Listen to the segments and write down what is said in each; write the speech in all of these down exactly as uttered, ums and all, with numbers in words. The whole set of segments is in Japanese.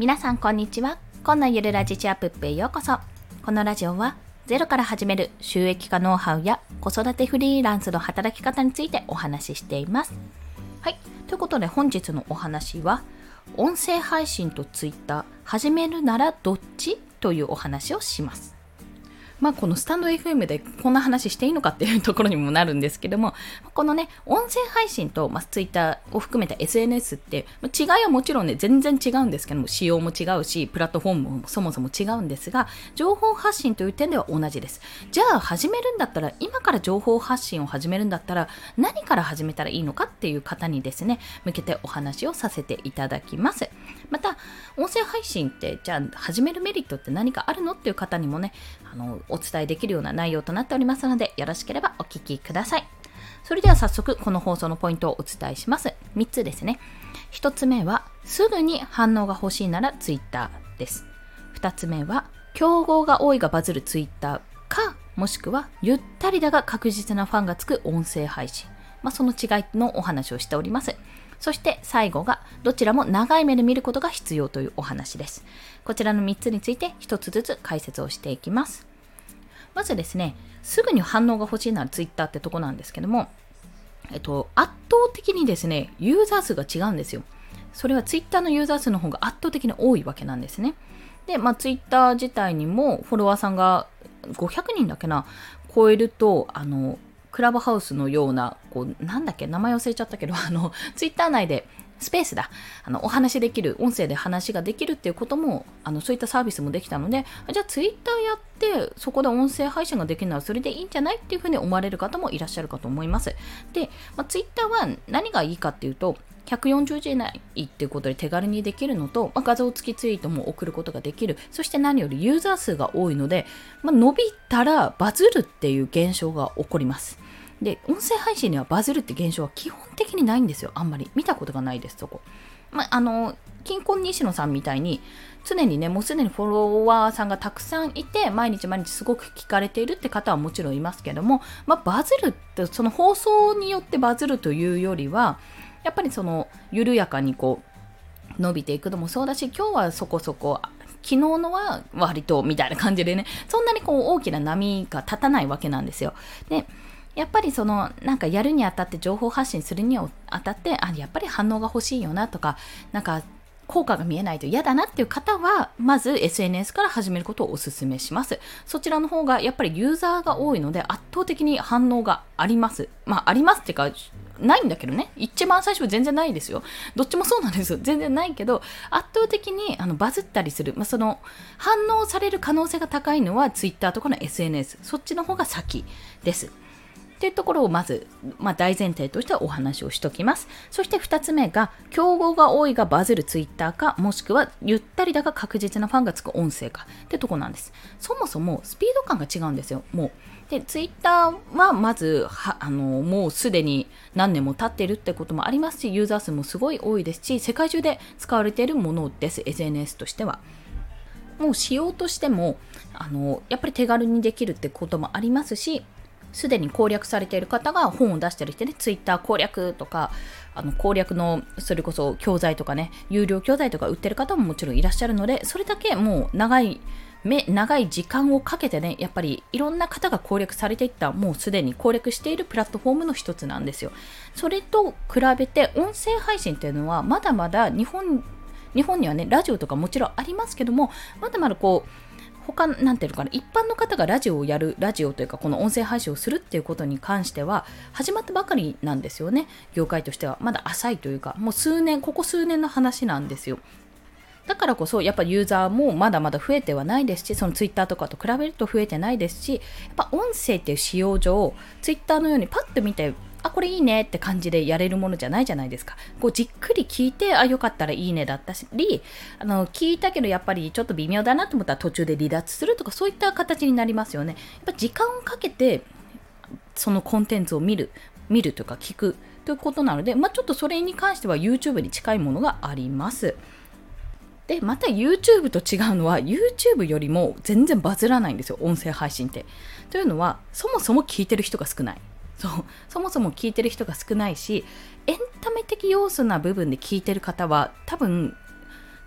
皆さんこんにちは。今のゆるラジチアップへようこそ。このラジオはゼロから始める収益化ノウハウや子育てフリーランスの働き方についてお話ししています。はい、ということで本日のお話は音声配信とツイッター始めるならどっちというお話をします。まあこのスタンド エフエム でこんな話していいのかっていうところにもなるんですけども、このね音声配信と、まあ、ツイッターを含めた エスエヌエス って違いはもちろんね全然違うんですけども、仕様も違うしプラットフォームもそもそも違うんですが、情報発信という点では同じです。じゃあ始めるんだったら、今から情報発信を始めるんだったら何から始めたらいいのかっていう方にですね向けてお話をさせていただきます。また音声配信ってじゃあ始めるメリットって何かあるのっていう方にもねあのお伝えできるような内容となっておりますので、よろしければお聞きください。それでは早速この放送のポイントをお伝えします。みっつですね。ひとつめはすぐに反応が欲しいならツイッターです。ふたつめは競合が多いがバズるツイッターか、もしくはゆったりだが確実なファンがつく音声配信、まあ、その違いのお話をしております。そして最後がどちらも長い目で見ることが必要というお話です。こちらのみっつについてひとつずつ解説をしていきます。まずですね、すぐに反応が欲しいならツイッターってとこなんですけども、えっと、圧倒的にですねユーザー数が違うんですよ。それはツイッターのユーザー数の方が圧倒的に多いわけなんですね。で、まあ、ツイッター自体にもフォロワーさんがごひゃくにんだっけな超えると、あのクラブハウスのようなこうなんだっけ名前忘れちゃったけど、あのツイッター内でスペースだあのお話できる、音声で話ができるっていうことも、あのそういったサービスもできたので、じゃあツイッターやってそこで音声配信ができるならそれでいいんじゃないっていうふうに思われる方もいらっしゃるかと思います。で、まあ、ツイッターは何がいいかっていうと、ひゃくよんじゅうじ以内っていうことで手軽にできるのと、まあ、画像付きツイートも送ることができる。そして何よりユーザー数が多いので、まあ、伸びたらバズるっていう現象が起こります。で、音声配信にはバズるって現象は基本的にないんですよ。あんまり見たことがないです、そこ。まあ、あの金婚西野さんみたいに常にねもうすでにフォロワーさんがたくさんいて毎日毎日すごく聞かれているって方はもちろんいますけども、まあ、バズるってその放送によってバズるというよりはやっぱりその緩やかにこう伸びていくのもそうだし、今日はそこそこ昨日のは割とみたいな感じでね、そんなにこう大きな波が立たないわけなんですよ。でやっぱりそのなんかやるにあたって情報発信するにあたって、あやっぱり反応が欲しいよなとか、なんか効果が見えないと嫌だなっていう方はまず エスエヌエス から始めることをお勧めします。そちらの方がやっぱりユーザーが多いので圧倒的に反応があります。まあありますっていうかないんだけどね、一番最初は全然ないですよ。どっちもそうなんですよ。全然ないけど圧倒的にあのバズったりする、まあ、その反応される可能性が高いのは Twitter とかの エスエヌエス、 そっちの方が先です。というところをまず、まあ、大前提としてはお話をしときます。そしてふたつめが競合が多いがバズるツイッターか、もしくはゆったりだが確実なファンがつく音声かってとこなんです。そもそもスピード感が違うんですよ。もうでツイッターはまずはあのもうすでに何年も経っているってこともありますし、ユーザー数もすごい多いですし、世界中で使われているものです。 エスエヌエス としてはもう仕様としてもあのやっぱり手軽にできるってこともありますし、すでに攻略されている方が本を出してる人ね、ツイッター攻略とか、あの攻略のそれこそ教材とかね、有料教材とか売ってる方ももちろんいらっしゃるので、それだけもう長い目長い時間をかけてね、やっぱりいろんな方が攻略されていった、もうすでに攻略しているプラットフォームの一つなんですよ。それと比べて音声配信っていうのはまだまだ日本日本にはねラジオとかもちろんありますけども、まだまだこう他なんていうのかな、一般の方がラジオをやる、ラジオというかこの音声配信をするっていうことに関しては始まったばかりなんですよね。業界としてはまだ浅いというか、もう数年ここ数年の話なんですよ。だからこそやっぱユーザーもまだまだ増えてはないですし、そのツイッターとかと比べると増えてないですし、やっぱ音声っていう仕様上ツイッターのようにパッと見てあこれいいねって感じでやれるものじゃないじゃないですか。こうじっくり聞いてあよかったらいいねだったり、あの聞いたけどやっぱりちょっと微妙だなと思ったら途中で離脱するとか、そういった形になりますよね。やっぱ時間をかけてそのコンテンツを見る見るというか聞くということなので、まあ、ちょっとそれに関しては YouTube に近いものがあります。でまた YouTube と違うのは YouTube よりも全然バズらないんですよ、音声配信って。というのはそもそも聞いてる人が少ない。そうそもそも聞いてる人が少ないし、エンタメ的要素な部分で聞いてる方は多分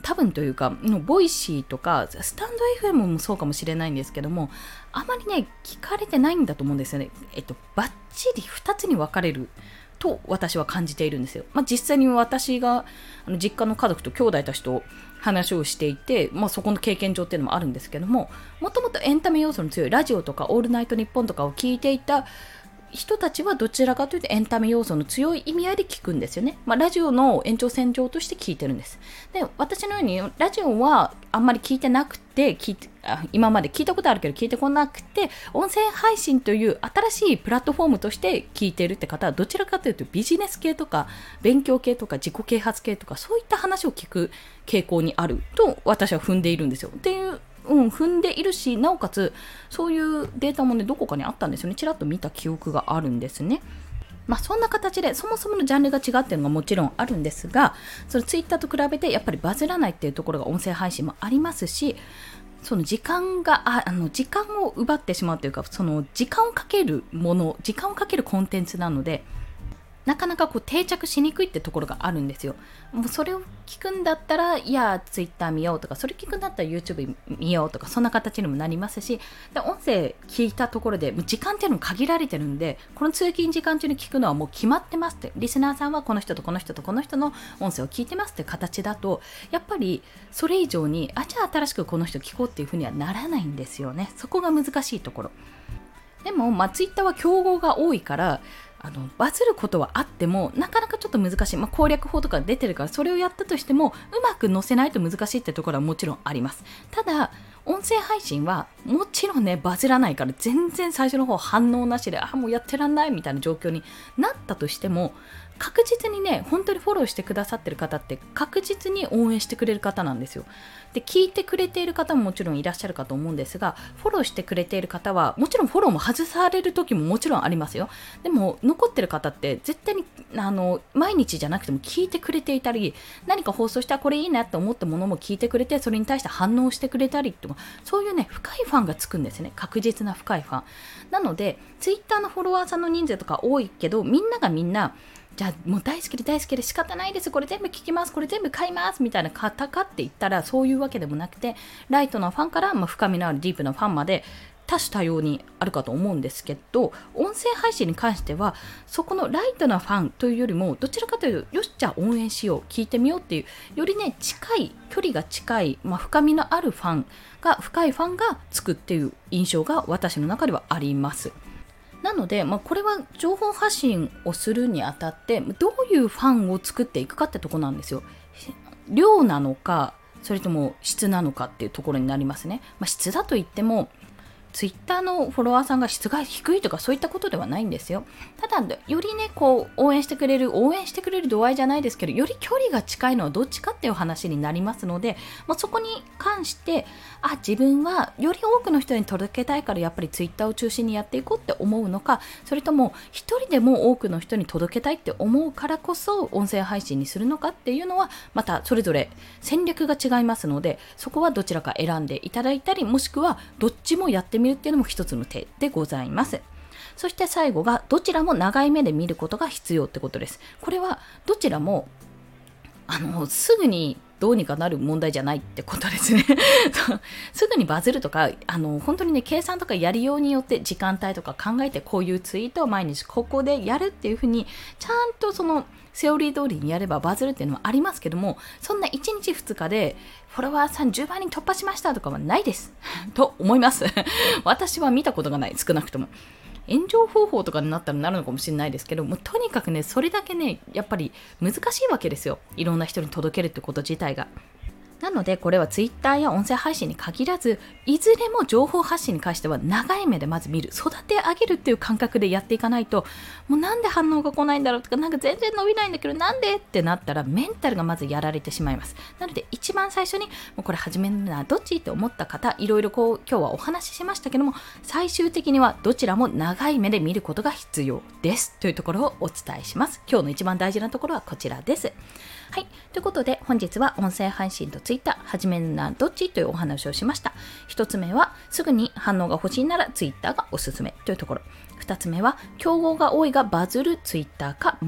多分というかボイシーとかスタンド エフエム もそうかもしれないんですけども、あまりね聞かれてないんだと思うんですよね。えっとバッチリふたつに分かれると私は感じているんですよ。まあ、実際に私があの実家の家族と兄弟たちと話をしていて、まあ、そこの経験上っていうのもあるんですけども、もともとエンタメ要素の強いラジオとかオールナイトニッポンとかを聞いていた人たちはどちらかというとエンタメ要素の強い意味合いで聞くんですよね。まあ、ラジオの延長線上として聞いてるんです。で、私のようにラジオはあんまり聞いてなくて、聞いてあ今まで聞いたことあるけど聞いてこなくて、音声配信という新しいプラットフォームとして聞いているって方はどちらかというとビジネス系とか勉強系とか自己啓発系とかそういった話を聞く傾向にあると私は踏んでいるんですよ。っていううん、踏んでいるし、なおかつそういうデータもねどこかにあったんですよね。ちらっと見た記憶があるんですね。まあそんな形でそもそものジャンルが違っているのがもちろんあるんですが、そのツイッターと比べてやっぱりバズらないっていうところが音声配信もありますし、その時間がああの時間を奪ってしまうというか、その時間をかけるもの時間をかけるコンテンツなので、なかなかこう定着しにくいってところがあるんですよ。もうそれを聞くんだったら、いや、ツイッター見ようとか、それ聞くんだったら YouTube 見ようとか、そんな形にもなりますし、で音声聞いたところで、もう時間っていうのも限られてるんで、この通勤時間中に聞くのはもう決まってますって、リスナーさんはこの人とこの人とこの人の音声を聞いてますって形だと、やっぱりそれ以上に、あ、じゃあ新しくこの人聞こうっていうふうにはならないんですよね。そこが難しいところ。でも、まあ、ツイッターは競合が多いから、あのバズることはあってもなかなかちょっと難しい、まあ、攻略法とか出てるから、それをやったとしてもうまく載せないと難しいってところはもちろんあります。ただ音声配信はもちろんねバズらないから、全然最初の方反応なしで、あもうやってらんないみたいな状況になったとしても、確実にね本当にフォローしてくださってる方って確実に応援してくれる方なんですよ。で聞いてくれている方ももちろんいらっしゃるかと思うんですが、フォローしてくれている方はもちろんフォローも外される時ももちろんありますよ。でも残ってる方って絶対にあの毎日じゃなくても聞いてくれていたり、何か放送したらこれいいなって思ったものも聞いてくれて、それに対して反応してくれたりとか、そういうね深いファンがつくんですね。確実な深いファンなので、ツイッターのフォロワーさんの人数とか多いけど、みんながみんなじゃあもう大好きで大好きで仕方ないです、これ全部聞きます、これ全部買いますみたいな方かって言ったらそういうわけでもなくて、ライトなファンから、まあ、深みのあるディープなファンまで多種多様にあるかと思うんですけど、音声配信に関してはそこのライトなファンというよりも、どちらかというとよしじゃあ応援しよう、聞いてみようっていう、よりね近い距離が近い、まあ、深みのあるファンが深いファンがつくっていう印象が私の中ではあります。なので、まあ、これは情報発信をするにあたってどういうファンを作っていくかってとこなんですよ。量なのかそれとも質なのかっていうところになりますね。まあ、質だといってもツイッターのフォロワーさんが質が低いとかそういったことではないんですよ。ただよりねこう応援してくれる応援してくれる度合いじゃないですけど、より距離が近いのはどっちかっていう話になりますので、まあ、そこに関してあ自分はより多くの人に届けたいからやっぱりツイッターを中心にやっていこうって思うのか、それとも一人でも多くの人に届けたいって思うからこそ音声配信にするのかっていうのはまたそれぞれ戦略が違いますので、そこはどちらか選んでいただいたり、もしくはどっちもやってみる見るっていうのも一つの手でございます。そして最後がどちらも長い目で見ることが必要ってことです。これはどちらもあのすぐにどうにかなる問題じゃないってことですねすぐにバズるとかあの本当にね計算とかやりようによって時間帯とか考えて、こういうツイートを毎日ここでやるっていうふうにちゃんとそのセオリー通りにやればバズるっていうのはありますけども、そんないちにちふつかでフォロワーさんじゅうまんにん突破しましたとかはないですと思います私は見たことがない、少なくとも。炎上方法とかになったらなるのかもしれないですけど、もうとにかくねそれだけねやっぱり難しいわけですよ、いろんな人に届けるってこと自体が。なのでこれはツイッターや音声配信に限らず、いずれも情報発信に関しては長い目でまず見る、育て上げるっていう感覚でやっていかないと、もうなんで反応が来ないんだろうとか、なんか全然伸びないんだけどなんでってなったらメンタルがまずやられてしまいます。なので一番最初にもうこれ始めるのはどっちって思った方、いろいろこう今日はお話ししましたけども、最終的にはどちらも長い目で見ることが必要ですというところをお伝えします。今日の一番大事なところはこちらです。はい、ということで本日は音声配信とツイッター始めるならどっちというお話をしました。一つ目はすぐに反応が欲しいならツイッターがおすすめというところ。二つ目は競合が多いがバズるツイッターか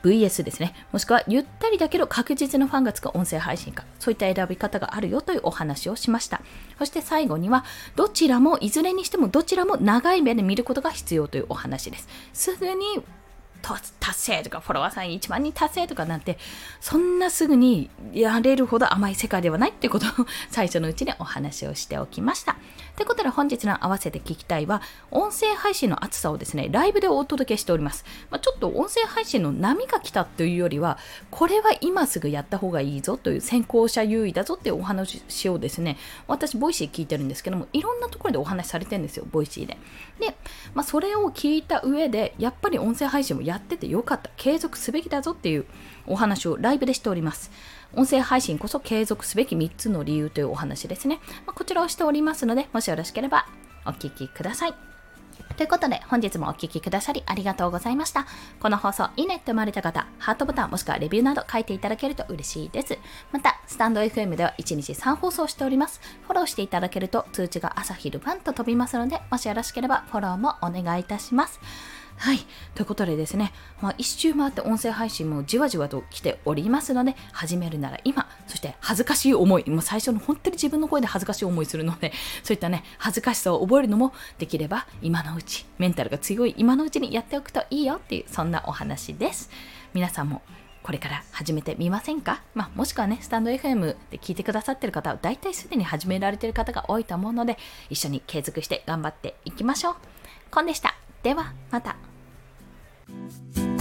ブイエス ですね。もしくはゆったりだけど確実なファンがつく音声配信か。そういった選び方があるよというお話をしました。そして最後には、どちらも、いずれにしてもどちらも長い目で見ることが必要というお話です。すぐに達成とかフォロワーさんいちまん人達成とかなんてそんなすぐにやれるほど甘い世界ではないってことを最初のうちにお話をしておきました。ということで本日の合わせて聞きたいは音声配信の熱さをですねライブでお届けしております。まあ、ちょっと音声配信の波が来たというよりはこれは今すぐやった方がいいぞという先行者優位だぞっていうお話をですね私ボイシー聞いてるんですけどもいろんなところでお話しされてるんですよボイシーで。で、まあ、それを聞いた上でやっぱり音声配信もやっててよかった継続すべきだぞっていうお話をライブでしております。音声配信こそ継続すべきみっつの理由というお話ですね。まあ、こちらをしておりますのでもしよろしければお聞きください。ということで本日もお聞きくださりありがとうございました。この放送いいねって思われた方ハートボタンもしくはレビューなど書いていただけると嬉しいです。またスタンド エフエム ではいちにちさん放送しております。フォローしていただけると通知が朝昼晩と飛びますのでもしよろしければフォローもお願いいたします。はい。ということでですね、まあ、一周回って音声配信もじわじわと来ておりますので、始めるなら今、そして恥ずかしい思い、もう最初の本当に自分の声で恥ずかしい思いするので、そういったね、恥ずかしさを覚えるのもできれば今のうち、メンタルが強い今のうちにやっておくといいよっていう、そんなお話です。皆さんもこれから始めてみませんか？まあ、もしくはね、スタンド エフエム で聞いてくださっている方は、大体すでに始められている方が多いと思うので、一緒に継続して頑張っていきましょう。コンでした。では、また。